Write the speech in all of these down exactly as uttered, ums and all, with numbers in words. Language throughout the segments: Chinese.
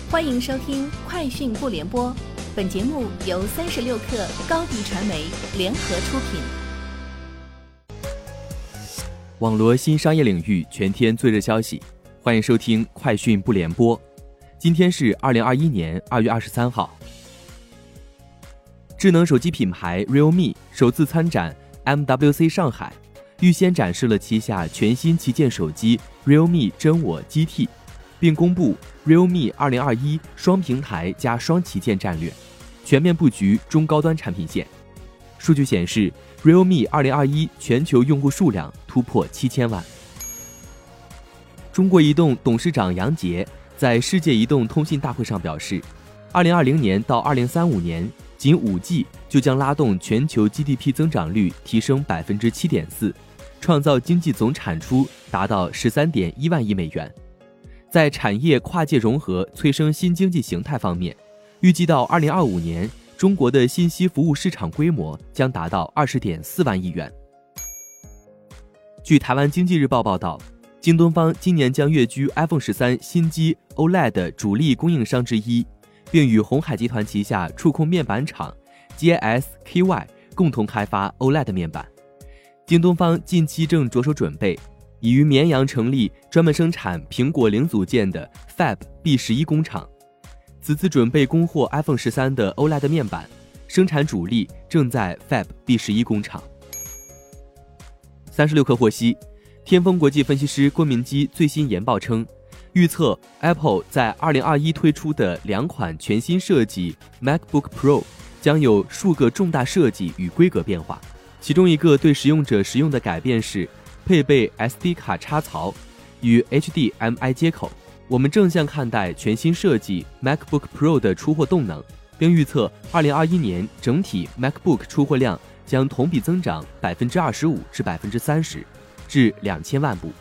欢迎收听快讯不联播，本节目由三十六克高迪传媒联合出品。 网罗新商业领域全天最热消息，欢迎收听快讯不联播。今天是二零二一年二月二十三号。智能手机品牌 Realme 首次参展 M W C 上海，预先展示了旗下全新旗舰手机 Realme 真我 G T， 并公布 Realme 二零二一双平台加双旗舰战略，全面布局中高端产品线。数据显示 Realme 二零二一全球用户数量突破七千万。中国移动董事长杨杰在世界移动通信大会上表示，二零二零年到二零三五年仅 五 G 就将拉动全球 G D P 增长率提升 百分之七点四， 创造经济总产出达到 十三点一万亿美元。在产业跨界融合催生新经济形态方面，预计到二零二五年中国的信息服务市场规模将达到 二十点四万亿元。据台湾经济日报报道，京东方今年将跃居 iPhone 十三 新机 O L E D 主力供应商之一，并与鸿海集团旗下触控面板厂 G S K Y 共同开发 O L E D 面板。京东方近期正着手准备，已于绵阳成立专门生产苹果零组件的 Fab B 十一 工厂。此次准备供货 iPhone 十三 的 O L E D 面板，生产主力正在 Fab B 十一 工厂。三十六氪获悉，天风国际分析师郭明基最新研报称，预测 Apple 在二零二一推出的两款全新设计 MacBook Pro 将有数个重大设计与规格变化，其中一个对使用者实用的改变是配备 S D 卡插槽与 H D M I 接口。我们正向看待全新设计 MacBook Pro 的出货动能，并预测二零二一年整体 MacBook 出货量将同比增长 百分之二十五 至 百分之三十， 至两千万部。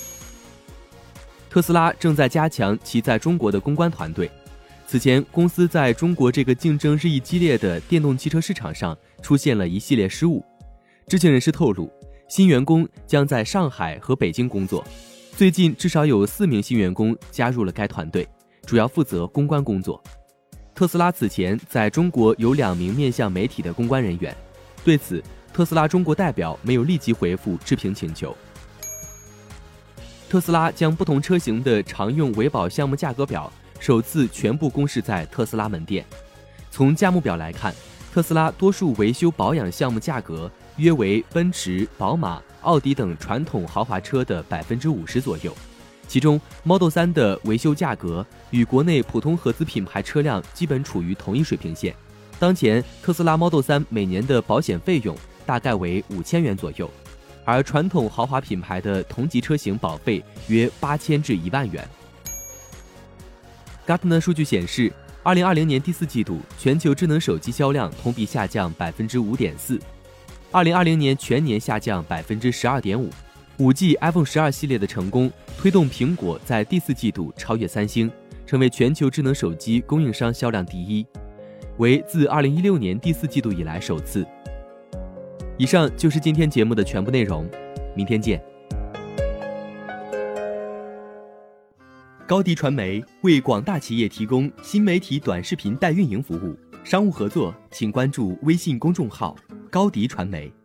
特斯拉正在加强其在中国的公关团队。此前，公司在中国这个竞争日益激烈的电动汽车市场上出现了一系列失误。知情人士透露，新员工将在上海和北京工作。最近至少有四名新员工加入了该团队，主要负责公关工作。特斯拉此前在中国有两名面向媒体的公关人员，对此，特斯拉中国代表没有立即回复置评请求。特斯拉将不同车型的常用维保项目价格表首次全部公示在特斯拉门店。从价目表来看，特斯拉多数维修保养项目价格约为奔驰、宝马、奥迪等传统豪华车的 百分之五十 左右，其中 Model 三的维修价格与国内普通合资品牌车辆基本处于同一水平线。当前特斯拉 Model 三每年的保险费用大概为五千元左右，而传统豪华品牌的同级车型保费约八千至一万元。Gartner 数据显示，二零二零年第四季度全球智能手机销量同比下降 百分之五点四， 二零二零年全年下降 百分之十二点五。 五 G iPhone 十二系列的成功推动苹果在第四季度超越三星，成为全球智能手机供应商销量第一，为自二零一六年第四季度以来首次。以上就是今天节目的全部内容，明天见。高迪传媒为广大企业提供新媒体短视频代运营服务，商务合作请关注微信公众号高迪传媒。